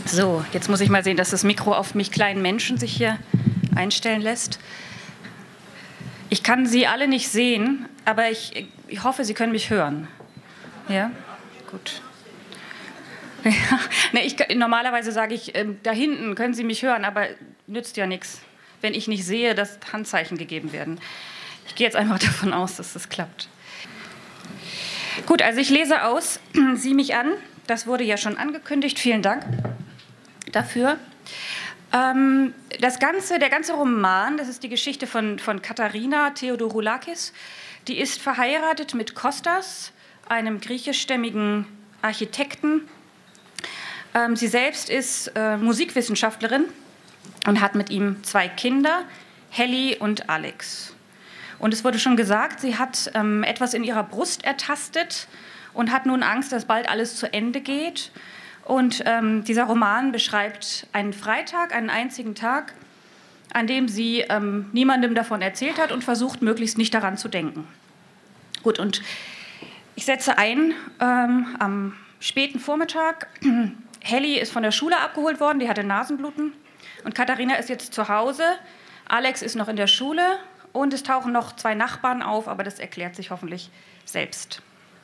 So, jetzt muss ich mal sehen, dass das Mikro auf mich kleinen Menschen sich hier einstellen lässt. Ich kann Sie alle nicht sehen, aber ich hoffe, Sie können mich hören. Ja? Gut. Ja, ne, normalerweise sage ich, da hinten können Sie mich hören, aber nützt ja nichts, wenn ich nicht sehe, dass Handzeichen gegeben werden. Ich gehe jetzt einfach davon aus, dass das klappt. Gut, also ich lese aus, sieh mich an. Das wurde ja schon angekündigt. Vielen Dank dafür. Der ganze Roman, das ist die Geschichte von Katharina Theodoroulakis. Die ist verheiratet mit Kostas, einem griechischstämmigen Architekten. Sie selbst ist Musikwissenschaftlerin und hat mit ihm 2 Kinder, Helly und Alex. Und es wurde schon gesagt, sie hat etwas in ihrer Brust ertastet und hat nun Angst, dass bald alles zu Ende geht. Und dieser Roman beschreibt einen Freitag, einen einzigen Tag, an dem sie niemandem davon erzählt hat und versucht, möglichst nicht daran zu denken. Gut, und ich setze ein am späten Vormittag. Helly ist von der Schule abgeholt worden, die hatte Nasenbluten. Und Katharina ist jetzt zu Hause. Alex ist noch in der Schule und es tauchen noch 2 Nachbarn auf, aber das erklärt sich hoffentlich selbst.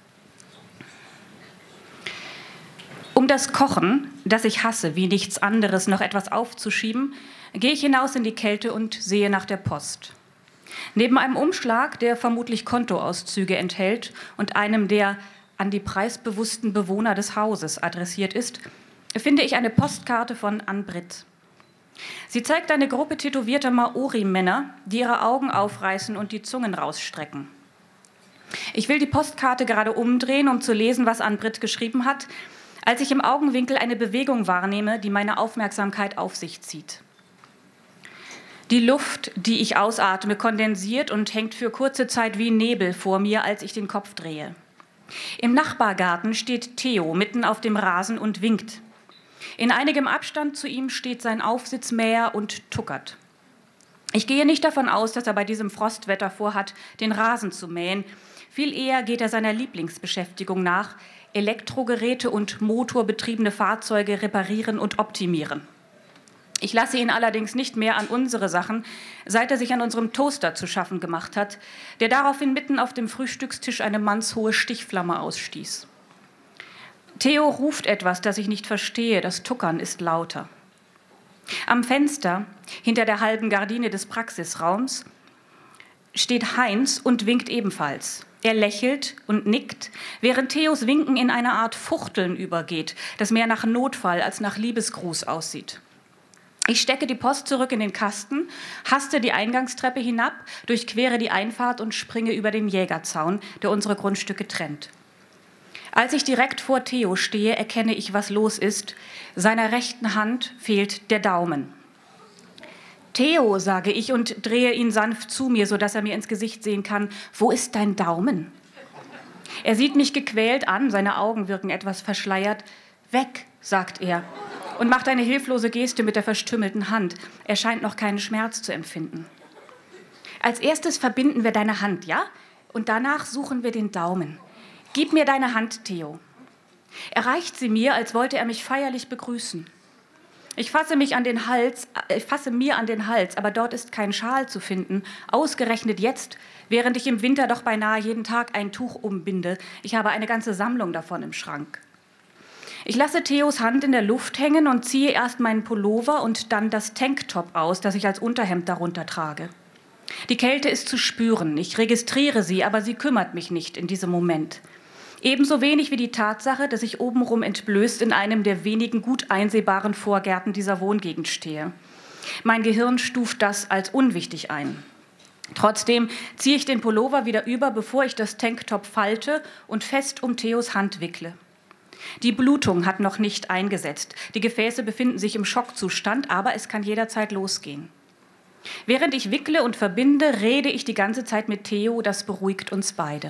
Um das Kochen, das ich hasse, wie nichts anderes, noch etwas aufzuschieben, gehe ich hinaus in die Kälte und sehe nach der Post. Neben einem Umschlag, der vermutlich Kontoauszüge enthält und einem, der an die preisbewussten Bewohner des Hauses adressiert ist, finde ich eine Postkarte von Ann-Britt. Sie zeigt eine Gruppe tätowierter Maori-Männer, die ihre Augen aufreißen und die Zungen rausstrecken. Ich will die Postkarte gerade umdrehen, um zu lesen, was Ann-Britt geschrieben hat, als ich im Augenwinkel eine Bewegung wahrnehme, die meine Aufmerksamkeit auf sich zieht. Die Luft, die ich ausatme, kondensiert und hängt für kurze Zeit wie Nebel vor mir, als ich den Kopf drehe. Im Nachbargarten steht Theo mitten auf dem Rasen und winkt. In einigem Abstand zu ihm steht sein Aufsitzmäher und tuckert. Ich gehe nicht davon aus, dass er bei diesem Frostwetter vorhat, den Rasen zu mähen. Viel eher geht er seiner Lieblingsbeschäftigung nach: Elektrogeräte und motorbetriebene Fahrzeuge reparieren und optimieren. Ich lasse ihn allerdings nicht mehr an unsere Sachen, seit er sich an unserem Toaster zu schaffen gemacht hat, der daraufhin mitten auf dem Frühstückstisch eine mannshohe Stichflamme ausstieß. Theo ruft etwas, das ich nicht verstehe, das Tuckern ist lauter. Am Fenster, hinter der halben Gardine des Praxisraums, steht Heinz und winkt ebenfalls. Er lächelt und nickt, während Theos Winken in eine Art Fuchteln übergeht, das mehr nach Notfall als nach Liebesgruß aussieht. Ich stecke die Post zurück in den Kasten, haste die Eingangstreppe hinab, durchquere die Einfahrt und springe über den Jägerzaun, der unsere Grundstücke trennt. Als ich direkt vor Theo stehe, erkenne ich, was los ist. Seiner rechten Hand fehlt der Daumen. Theo, sage ich und drehe ihn sanft zu mir, sodass er mir ins Gesicht sehen kann. Wo ist dein Daumen? Er sieht mich gequält an, seine Augen wirken etwas verschleiert. Weg, sagt er und macht eine hilflose Geste mit der verstümmelten Hand. Er scheint noch keinen Schmerz zu empfinden. Als erstes verbinden wir deine Hand, ja? Und danach suchen wir den Daumen. Gib mir deine Hand, Theo. Er reicht sie mir, als wollte er mich feierlich begrüßen. Ich fasse mir an den Hals, aber dort ist kein Schal zu finden, ausgerechnet jetzt, während ich im Winter doch beinahe jeden Tag ein Tuch umbinde. Ich habe eine ganze Sammlung davon im Schrank. Ich lasse Theos Hand in der Luft hängen und ziehe erst meinen Pullover und dann das Tanktop aus, das ich als Unterhemd darunter trage. Die Kälte ist zu spüren, ich registriere sie, aber sie kümmert mich nicht in diesem Moment. Ebenso wenig wie die Tatsache, dass ich obenrum entblößt in einem der wenigen gut einsehbaren Vorgärten dieser Wohngegend stehe. Mein Gehirn stuft das als unwichtig ein. Trotzdem ziehe ich den Pullover wieder über, bevor ich das Tanktop falte und fest um Theos Hand wickle. Die Blutung hat noch nicht eingesetzt. Die Gefäße befinden sich im Schockzustand, aber es kann jederzeit losgehen. Während ich wickle und verbinde, rede ich die ganze Zeit mit Theo, das beruhigt uns beide.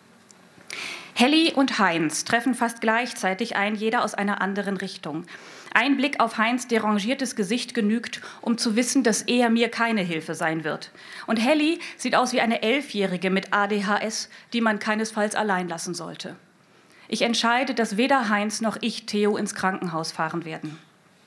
Helly und Heinz treffen fast gleichzeitig ein, jeder aus einer anderen Richtung. Ein Blick auf Heinz' derangiertes Gesicht genügt, um zu wissen, dass er mir keine Hilfe sein wird. Und Helly sieht aus wie eine 11-Jährige mit ADHS, die man keinesfalls allein lassen sollte. Ich entscheide, dass weder Heinz noch ich Theo ins Krankenhaus fahren werden.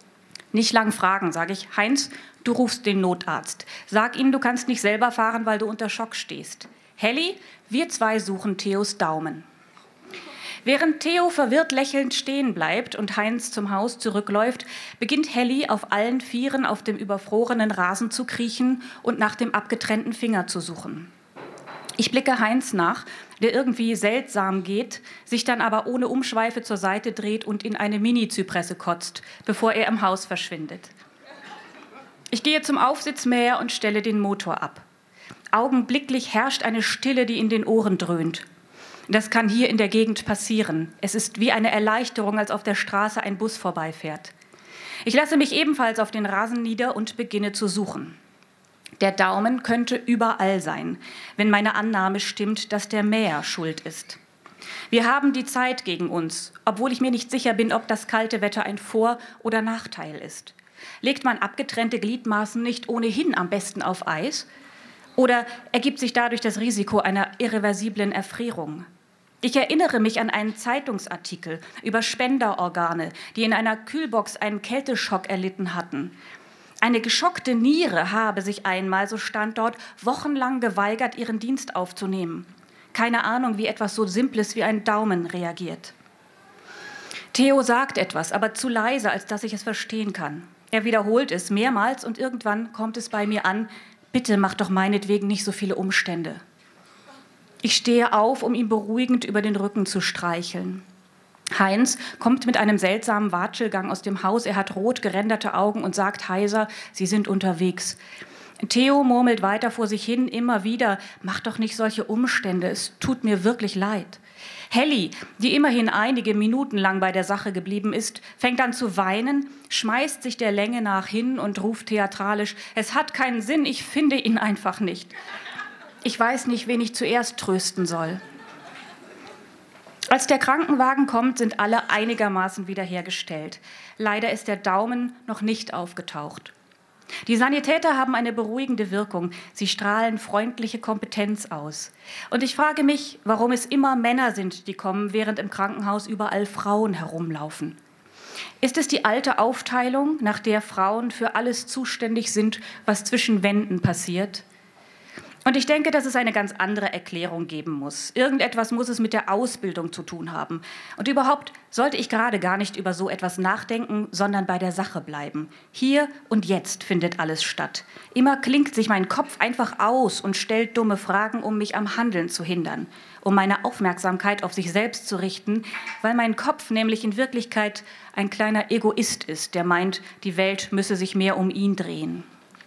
Nicht lang fragen, sage ich. Heinz, du rufst den Notarzt. Sag ihnen, du kannst nicht selber fahren, weil du unter Schock stehst. Helly, wir zwei suchen Theos Daumen. Während Theo verwirrt lächelnd stehen bleibt und Heinz zum Haus zurückläuft, beginnt Helly auf allen Vieren auf dem überfrorenen Rasen zu kriechen und nach dem abgetrennten Finger zu suchen. Ich blicke Heinz nach, der irgendwie seltsam geht, sich dann aber ohne Umschweife zur Seite dreht und in eine Mini-Zypresse kotzt, bevor er im Haus verschwindet. Ich gehe zum Aufsitzmäher und stelle den Motor ab. Augenblicklich herrscht eine Stille, die in den Ohren dröhnt. Das kann hier in der Gegend passieren. Es ist wie eine Erleichterung, als auf der Straße ein Bus vorbeifährt. Ich lasse mich ebenfalls auf den Rasen nieder und beginne zu suchen. Der Daumen könnte überall sein, wenn meine Annahme stimmt, dass der Mäher schuld ist. Wir haben die Zeit gegen uns, obwohl ich mir nicht sicher bin, ob das kalte Wetter ein Vor- oder Nachteil ist. Legt man abgetrennte Gliedmaßen nicht ohnehin am besten auf Eis? Oder ergibt sich dadurch das Risiko einer irreversiblen Erfrierung? Ich erinnere mich an einen Zeitungsartikel über Spenderorgane, die in einer Kühlbox einen Kälteschock erlitten hatten. Eine geschockte Niere habe sich einmal, so stand dort, wochenlang geweigert, ihren Dienst aufzunehmen. Keine Ahnung, wie etwas so Simples wie ein Daumen reagiert. Theo sagt etwas, aber zu leise, als dass ich es verstehen kann. Er wiederholt es mehrmals und irgendwann kommt es bei mir an: Bitte mach doch meinetwegen nicht so viele Umstände. Ich stehe auf, um ihm beruhigend über den Rücken zu streicheln. Heinz kommt mit einem seltsamen Watschelgang aus dem Haus. Er hat rot geränderte Augen und sagt heiser, sie sind unterwegs. Theo murmelt weiter vor sich hin, immer wieder: Mach doch nicht solche Umstände, es tut mir wirklich leid. Helly, die immerhin einige Minuten lang bei der Sache geblieben ist, fängt an zu weinen, schmeißt sich der Länge nach hin und ruft theatralisch: Es hat keinen Sinn, ich finde ihn einfach nicht. Ich weiß nicht, wen ich zuerst trösten soll. Als der Krankenwagen kommt, sind alle einigermaßen wiederhergestellt. Leider ist der Daumen noch nicht aufgetaucht. Die Sanitäter haben eine beruhigende Wirkung. Sie strahlen freundliche Kompetenz aus. Und ich frage mich, warum es immer Männer sind, die kommen, während im Krankenhaus überall Frauen herumlaufen. Ist es die alte Aufteilung, nach der Frauen für alles zuständig sind, was zwischen Wänden passiert? Und ich denke, dass es eine ganz andere Erklärung geben muss. Irgendetwas muss es mit der Ausbildung zu tun haben. Und überhaupt sollte ich gerade gar nicht über so etwas nachdenken, sondern bei der Sache bleiben. Hier und jetzt findet alles statt. Immer klingt sich mein Kopf einfach aus und stellt dumme Fragen, um mich am Handeln zu hindern, um meine Aufmerksamkeit auf sich selbst zu richten, weil mein Kopf nämlich in Wirklichkeit ein kleiner Egoist ist, der meint, die Welt müsse sich mehr um ihn drehen.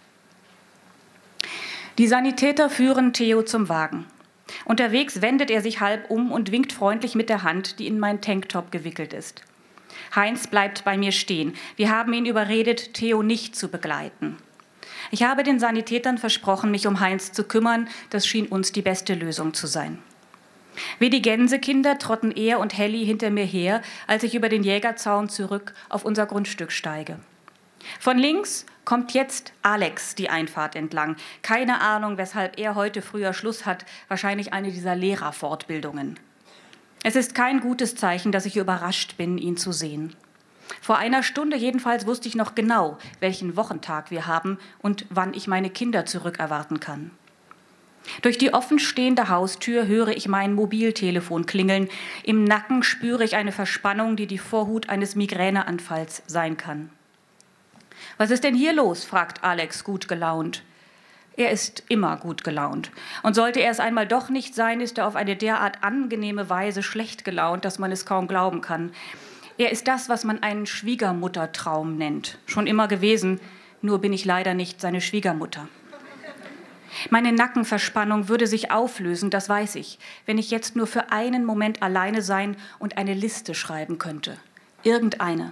Die Sanitäter führen Theo zum Wagen. Unterwegs wendet er sich halb um und winkt freundlich mit der Hand, die in meinen Tanktop gewickelt ist. Heinz bleibt bei mir stehen. Wir haben ihn überredet, Theo nicht zu begleiten. Ich habe den Sanitätern versprochen, mich um Heinz zu kümmern. Das schien uns die beste Lösung zu sein. Wie die Gänsekinder trotten er und Helly hinter mir her, als ich über den Jägerzaun zurück auf unser Grundstück steige. Von links kommt jetzt Alex die Einfahrt entlang. Keine Ahnung, weshalb er heute früher Schluss hat. Wahrscheinlich eine dieser Lehrerfortbildungen. Es ist kein gutes Zeichen, dass ich überrascht bin, ihn zu sehen. Vor einer Stunde jedenfalls wusste ich noch genau, welchen Wochentag wir haben und wann ich meine Kinder zurückerwarten kann. Durch die offenstehende Haustür höre ich mein Mobiltelefon klingeln. Im Nacken spüre ich eine Verspannung, die die Vorhut eines Migräneanfalls sein kann. »Was ist denn hier los?« fragt Alex gut gelaunt. Er ist immer gut gelaunt. Und sollte er es einmal doch nicht sein, ist er auf eine derart angenehme Weise schlecht gelaunt, dass man es kaum glauben kann. Er ist das, was man einen Schwiegermuttertraum nennt. Schon immer gewesen, nur bin ich leider nicht seine Schwiegermutter. Meine Nackenverspannung würde sich auflösen, das weiß ich, wenn ich jetzt nur für einen Moment alleine sein und eine Liste schreiben könnte. Irgendeine.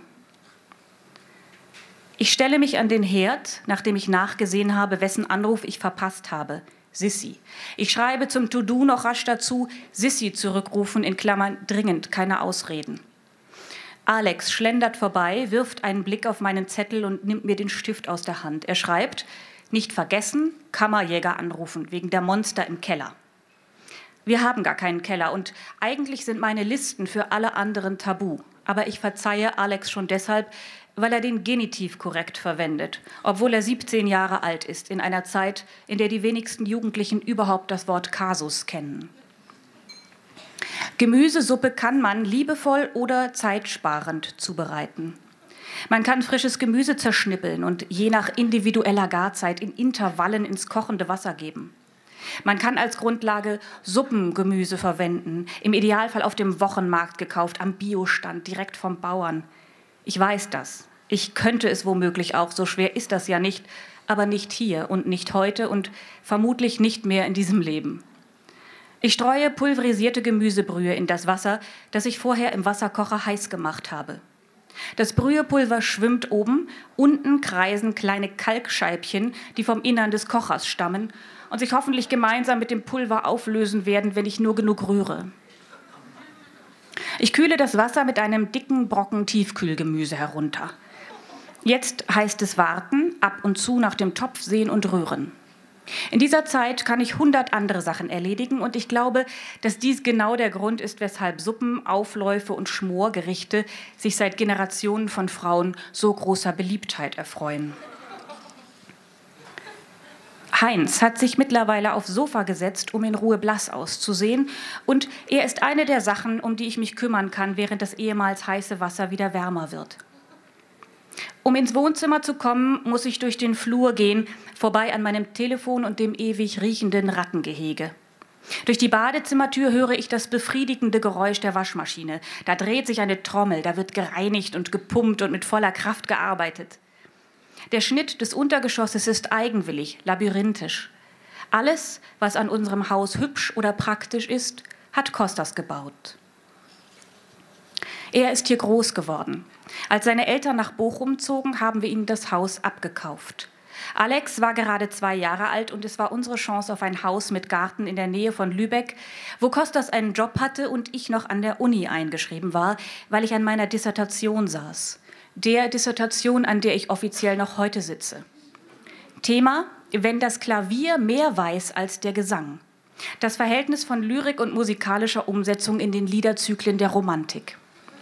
Ich stelle mich an den Herd, nachdem ich nachgesehen habe, wessen Anruf ich verpasst habe. Sissi. Ich schreibe zum To-Do noch rasch dazu: Sissi zurückrufen, in Klammern dringend, keine Ausreden. Alex schlendert vorbei, wirft einen Blick auf meinen Zettel und nimmt mir den Stift aus der Hand. Er schreibt: Nicht vergessen, Kammerjäger anrufen, wegen der Monster im Keller. Wir haben gar keinen Keller und eigentlich sind meine Listen für alle anderen tabu. Aber ich verzeihe Alex schon deshalb, weil er den Genitiv korrekt verwendet, obwohl er 17 Jahre alt ist, in einer Zeit, in der die wenigsten Jugendlichen überhaupt das Wort Kasus kennen. Gemüsesuppe kann man liebevoll oder zeitsparend zubereiten. Man kann frisches Gemüse zerschnippeln und je nach individueller Garzeit in Intervallen ins kochende Wasser geben. Man kann als Grundlage Suppengemüse verwenden, im Idealfall auf dem Wochenmarkt gekauft, am Biostand, direkt vom Bauern. Ich weiß das. Ich könnte es womöglich auch, so schwer ist das ja nicht, aber nicht hier und nicht heute und vermutlich nicht mehr in diesem Leben. Ich streue pulverisierte Gemüsebrühe in das Wasser, das ich vorher im Wasserkocher heiß gemacht habe. Das Brühepulver schwimmt oben, unten kreisen kleine Kalkscheibchen, die vom Innern des Kochers stammen und sich hoffentlich gemeinsam mit dem Pulver auflösen werden, wenn ich nur genug rühre. Ich kühle das Wasser mit einem dicken Brocken Tiefkühlgemüse herunter. Jetzt heißt es warten, ab und zu nach dem Topf sehen und rühren. In dieser Zeit kann ich 100 andere Sachen erledigen und ich glaube, dass dies genau der Grund ist, weshalb Suppen, Aufläufe und Schmorgerichte sich seit Generationen von Frauen so großer Beliebtheit erfreuen. Heinz hat sich mittlerweile aufs Sofa gesetzt, um in Ruhe blass auszusehen und er ist eine der Sachen, um die ich mich kümmern kann, während das ehemals heiße Wasser wieder wärmer wird. Um ins Wohnzimmer zu kommen, muss ich durch den Flur gehen, vorbei an meinem Telefon und dem ewig riechenden Rattengehege. Durch die Badezimmertür höre ich das befriedigende Geräusch der Waschmaschine. Da dreht sich eine Trommel, da wird gereinigt und gepumpt und mit voller Kraft gearbeitet. Der Schnitt des Untergeschosses ist eigenwillig, labyrinthisch. Alles, was an unserem Haus hübsch oder praktisch ist, hat Kostas gebaut. Er ist hier groß geworden. Als seine Eltern nach Bochum zogen, haben wir ihnen das Haus abgekauft. Alex war gerade 2 Jahre alt und es war unsere Chance auf ein Haus mit Garten in der Nähe von Lübeck, wo Kostas einen Job hatte und ich noch an der Uni eingeschrieben war, weil ich an meiner Dissertation saß. Der Dissertation, an der ich offiziell noch heute sitze. Thema: Wenn das Klavier mehr weiß als der Gesang. Das Verhältnis von Lyrik und musikalischer Umsetzung in den Liederzyklen der Romantik.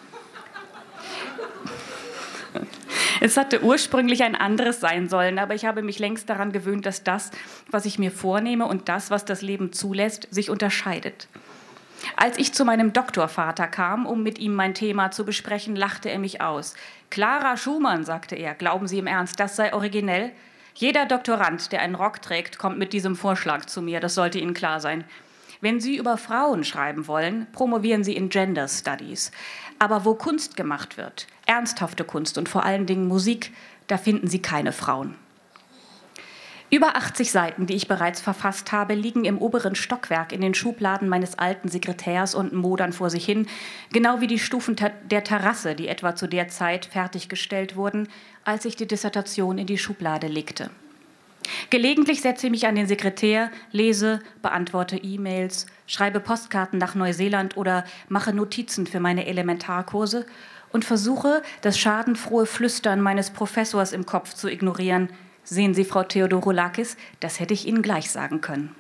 Es hatte ursprünglich ein anderes sein sollen, aber ich habe mich längst daran gewöhnt, dass das, was ich mir vornehme und das, was das Leben zulässt, sich unterscheidet. Als ich zu meinem Doktorvater kam, um mit ihm mein Thema zu besprechen, lachte er mich aus. Clara Schumann, sagte er, glauben Sie im Ernst, das sei originell? Jeder Doktorand, der einen Rock trägt, kommt mit diesem Vorschlag zu mir, das sollte Ihnen klar sein. Wenn Sie über Frauen schreiben wollen, promovieren Sie in Gender Studies. Aber wo Kunst gemacht wird, ernsthafte Kunst und vor allen Dingen Musik, da finden Sie keine Frauen. Über 80 Seiten, die ich bereits verfasst habe, liegen im oberen Stockwerk in den Schubladen meines alten Sekretärs und modern vor sich hin, genau wie die Stufen der Terrasse, die etwa zu der Zeit fertiggestellt wurden, als ich die Dissertation in die Schublade legte. Gelegentlich setze ich mich an den Sekretär, lese, beantworte E-Mails, schreibe Postkarten nach Neuseeland oder mache Notizen für meine Elementarkurse und versuche, das schadenfrohe Flüstern meines Professors im Kopf zu ignorieren. Sehen Sie, Frau Theodoroulakis, das hätte ich Ihnen gleich sagen können.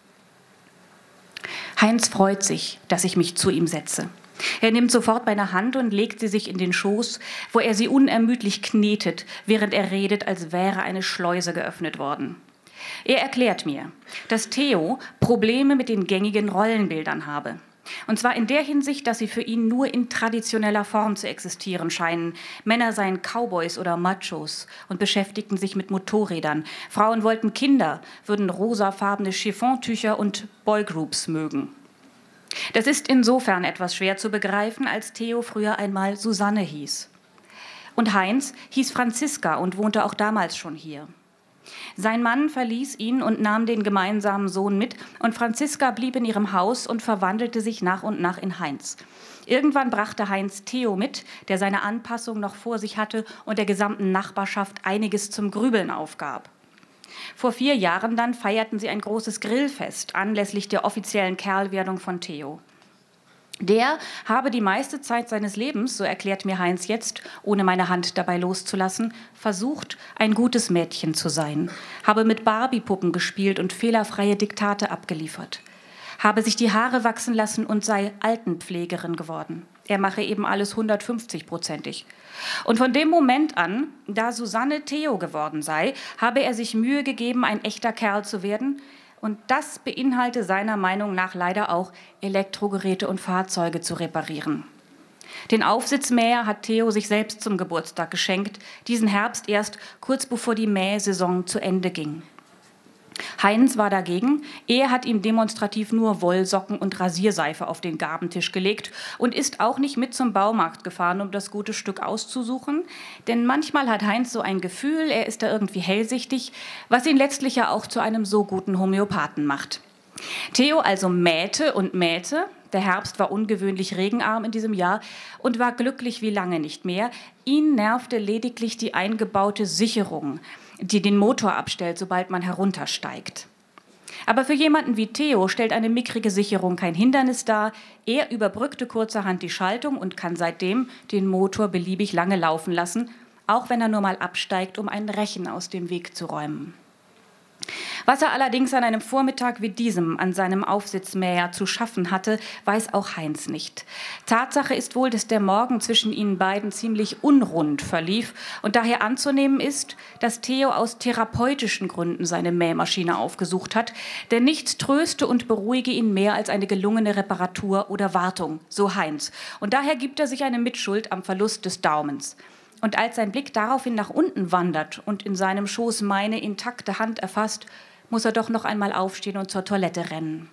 Heinz freut sich, dass ich mich zu ihm setze. Er nimmt sofort meine Hand und legt sie sich in den Schoß, wo er sie unermüdlich knetet, während er redet, als wäre eine Schleuse geöffnet worden. Er erklärt mir, dass Theo Probleme mit den gängigen Rollenbildern habe. Und zwar in der Hinsicht, dass sie für ihn nur in traditioneller Form zu existieren scheinen. Männer seien Cowboys oder Machos und beschäftigten sich mit Motorrädern. Frauen wollten Kinder, würden rosafarbene Chiffontücher und Boygroups mögen. Das ist insofern etwas schwer zu begreifen, als Theo früher einmal Susanne hieß. Und Heinz hieß Franziska und wohnte auch damals schon hier. Sein Mann verließ ihn und nahm den gemeinsamen Sohn mit und Franziska blieb in ihrem Haus und verwandelte sich nach und nach in Heinz. Irgendwann brachte Heinz Theo mit, der seine Anpassung noch vor sich hatte und der gesamten Nachbarschaft einiges zum Grübeln aufgab. Vor 4 Jahren dann feierten sie ein großes Grillfest anlässlich der offiziellen Kerlwerdung von Theo. Der habe die meiste Zeit seines Lebens, so erklärt mir Heinz jetzt, ohne meine Hand dabei loszulassen, versucht, ein gutes Mädchen zu sein, habe mit Barbie-Puppen gespielt und fehlerfreie Diktate abgeliefert, habe sich die Haare wachsen lassen und sei Altenpflegerin geworden. Er mache eben alles 150-prozentig. Und von dem Moment an, da Susanne Theo geworden sei, habe er sich Mühe gegeben, ein echter Kerl zu werden. Und das beinhalte seiner Meinung nach leider auch, Elektrogeräte und Fahrzeuge zu reparieren. Den Aufsitzmäher hat Theo sich selbst zum Geburtstag geschenkt, diesen Herbst erst, kurz bevor die Mähsaison zu Ende ging. Heinz war dagegen. Er hat ihm demonstrativ nur Wollsocken und Rasierseife auf den Gabentisch gelegt und ist auch nicht mit zum Baumarkt gefahren, um das gute Stück auszusuchen. Denn manchmal hat Heinz so ein Gefühl, er ist da irgendwie hellsichtig, was ihn letztlich ja auch zu einem so guten Homöopathen macht. Theo also mähte und mähte. Der Herbst war ungewöhnlich regenarm in diesem Jahr und war glücklich wie lange nicht mehr. Ihn nervte lediglich die eingebaute Sicherung, die den Motor abstellt, sobald man heruntersteigt. Aber für jemanden wie Theo stellt eine mickrige Sicherung kein Hindernis dar. Er überbrückte kurzerhand die Schaltung und kann seitdem den Motor beliebig lange laufen lassen, auch wenn er nur mal absteigt, um ein Rechen aus dem Weg zu räumen. Was er allerdings an einem Vormittag wie diesem an seinem Aufsitzmäher zu schaffen hatte, weiß auch Heinz nicht. Tatsache ist wohl, dass der Morgen zwischen ihnen beiden ziemlich unrund verlief und daher anzunehmen ist, dass Theo aus therapeutischen Gründen seine Mähmaschine aufgesucht hat, denn nichts tröste und beruhige ihn mehr als eine gelungene Reparatur oder Wartung, so Heinz. Und daher gibt er sich eine Mitschuld am Verlust des Daumens. Und als sein Blick daraufhin nach unten wandert und in seinem Schoß meine intakte Hand erfasst, muss er doch noch einmal aufstehen und zur Toilette rennen.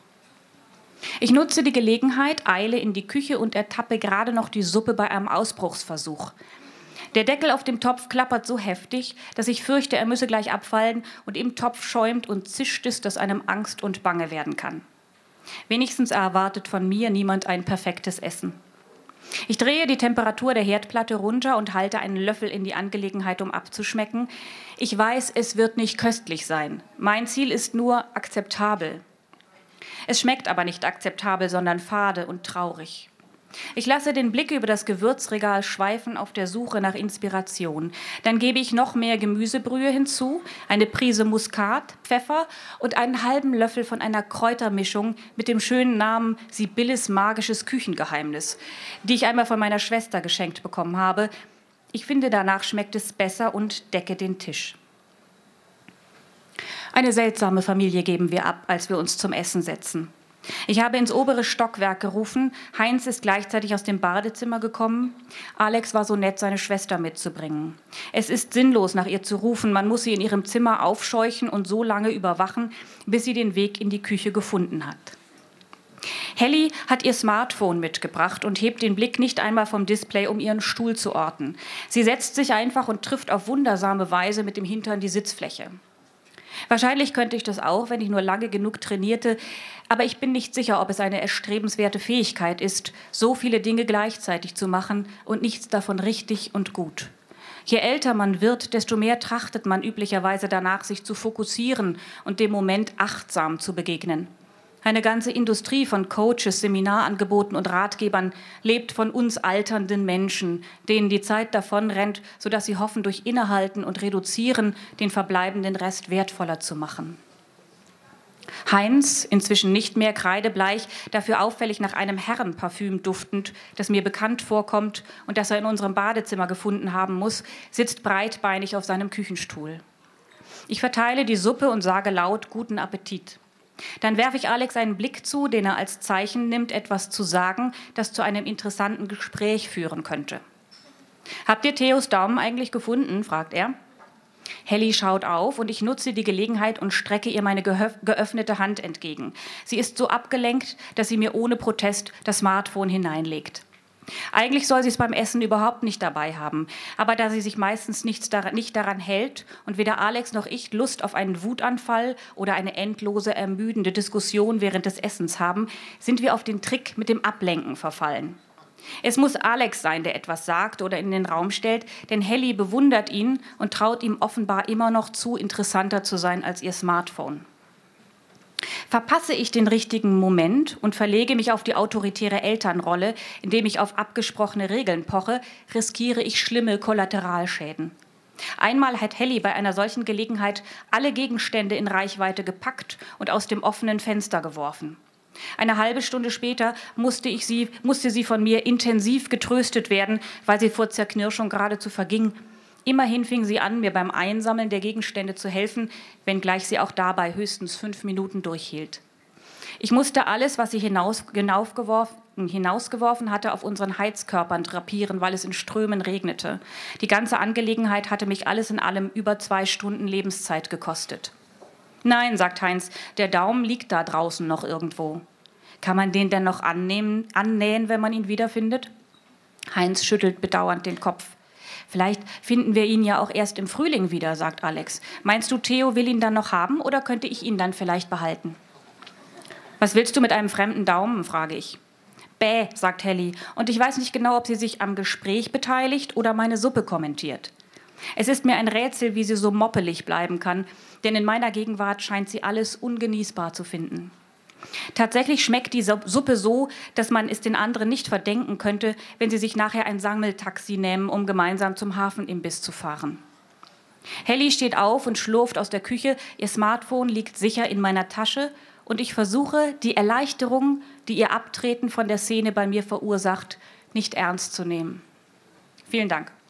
Ich nutze die Gelegenheit, eile in die Küche und ertappe gerade noch die Suppe bei einem Ausbruchsversuch. Der Deckel auf dem Topf klappert so heftig, dass ich fürchte, er müsse gleich abfallen und im Topf schäumt und zischt es, dass einem Angst und Bange werden kann. Wenigstens erwartet von mir niemand ein perfektes Essen. Ich drehe die Temperatur der Herdplatte runter und halte einen Löffel in die Angelegenheit, um abzuschmecken. Ich weiß, es wird nicht köstlich sein. Mein Ziel ist nur akzeptabel. Es schmeckt aber nicht akzeptabel, sondern fade und traurig. Ich lasse den Blick über das Gewürzregal schweifen auf der Suche nach Inspiration. Dann gebe ich noch mehr Gemüsebrühe hinzu, eine Prise Muskat, Pfeffer und einen halben Löffel von einer Kräutermischung mit dem schönen Namen Sibylles magisches Küchengeheimnis, die ich einmal von meiner Schwester geschenkt bekommen habe. Ich finde, danach schmeckt es besser und decke den Tisch. Eine seltsame Familie geben wir ab, als wir uns zum Essen setzen. Ich habe ins obere Stockwerk gerufen. Heinz ist gleichzeitig aus dem Badezimmer gekommen. Alex war so nett, seine Schwester mitzubringen. Es ist sinnlos, nach ihr zu rufen. Man muss sie in ihrem Zimmer aufscheuchen und so lange überwachen, bis sie den Weg in die Küche gefunden hat. Helly hat ihr Smartphone mitgebracht und hebt den Blick nicht einmal vom Display, um ihren Stuhl zu orten. Sie setzt sich einfach und trifft auf wundersame Weise mit dem Hintern die Sitzfläche. Wahrscheinlich könnte ich das auch, wenn ich nur lange genug trainierte, aber ich bin nicht sicher, ob es eine erstrebenswerte Fähigkeit ist, so viele Dinge gleichzeitig zu machen und nichts davon richtig und gut. Je älter man wird, desto mehr trachtet man üblicherweise danach, sich zu fokussieren und dem Moment achtsam zu begegnen. Eine ganze Industrie von Coaches, Seminarangeboten und Ratgebern lebt von uns alternden Menschen, denen die Zeit davonrennt, sodass sie hoffen, durch Innehalten und Reduzieren den verbleibenden Rest wertvoller zu machen. Heinz, inzwischen nicht mehr kreidebleich, dafür auffällig nach einem Herrenparfüm duftend, das mir bekannt vorkommt und das er in unserem Badezimmer gefunden haben muss, sitzt breitbeinig auf seinem Küchenstuhl. Ich verteile die Suppe und sage laut: Guten Appetit. Dann werfe ich Alex einen Blick zu, den er als Zeichen nimmt, etwas zu sagen, das zu einem interessanten Gespräch führen könnte. »Habt ihr Theos Daumen eigentlich gefunden?« fragt er. Helly schaut auf und ich nutze die Gelegenheit und strecke ihr meine geöffnete Hand entgegen. Sie ist so abgelenkt, dass sie mir ohne Protest das Smartphone hineinlegt. Eigentlich soll sie es beim Essen überhaupt nicht dabei haben, aber da sie sich meistens nicht daran hält und weder Alex noch ich Lust auf einen Wutanfall oder eine endlose, ermüdende Diskussion während des Essens haben, sind wir auf den Trick mit dem Ablenken verfallen. Es muss Alex sein, der etwas sagt oder in den Raum stellt, denn Helly bewundert ihn und traut ihm offenbar immer noch zu, interessanter zu sein als ihr Smartphone. Verpasse ich den richtigen Moment und verlege mich auf die autoritäre Elternrolle, indem ich auf abgesprochene Regeln poche, riskiere ich schlimme Kollateralschäden. Einmal hat Helly bei einer solchen Gelegenheit alle Gegenstände in Reichweite gepackt und aus dem offenen Fenster geworfen. Eine halbe Stunde später musste sie von mir intensiv getröstet werden, weil sie vor Zerknirschung geradezu verging. Immerhin fing sie an, mir beim Einsammeln der Gegenstände zu helfen, wenngleich sie auch dabei höchstens 5 Minuten durchhielt. Ich musste alles, was sie hinausgeworfen hatte, auf unseren Heizkörpern drapieren, weil es in Strömen regnete. Die ganze Angelegenheit hatte mich alles in allem über 2 Stunden Lebenszeit gekostet. Nein, sagt Heinz, der Daumen liegt da draußen noch irgendwo. Kann man den denn noch annähen, wenn man ihn wiederfindet? Heinz schüttelt bedauernd den Kopf. Vielleicht finden wir ihn ja auch erst im Frühling wieder, sagt Alex. Meinst du, Theo will ihn dann noch haben oder könnte ich ihn dann vielleicht behalten? Was willst du mit einem fremden Daumen, frage ich. Bäh, sagt Helly, und ich weiß nicht genau, ob sie sich am Gespräch beteiligt oder meine Suppe kommentiert. Es ist mir ein Rätsel, wie sie so moppelig bleiben kann, denn in meiner Gegenwart scheint sie alles ungenießbar zu finden. Tatsächlich schmeckt die Suppe so, dass man es den anderen nicht verdenken könnte, wenn sie sich nachher ein Sammeltaxi nehmen, um gemeinsam zum Hafenimbiss zu fahren. Helly steht auf und schlurft aus der Küche, ihr Smartphone liegt sicher in meiner Tasche und ich versuche, die Erleichterung, die ihr Abtreten von der Szene bei mir verursacht, nicht ernst zu nehmen. Vielen Dank.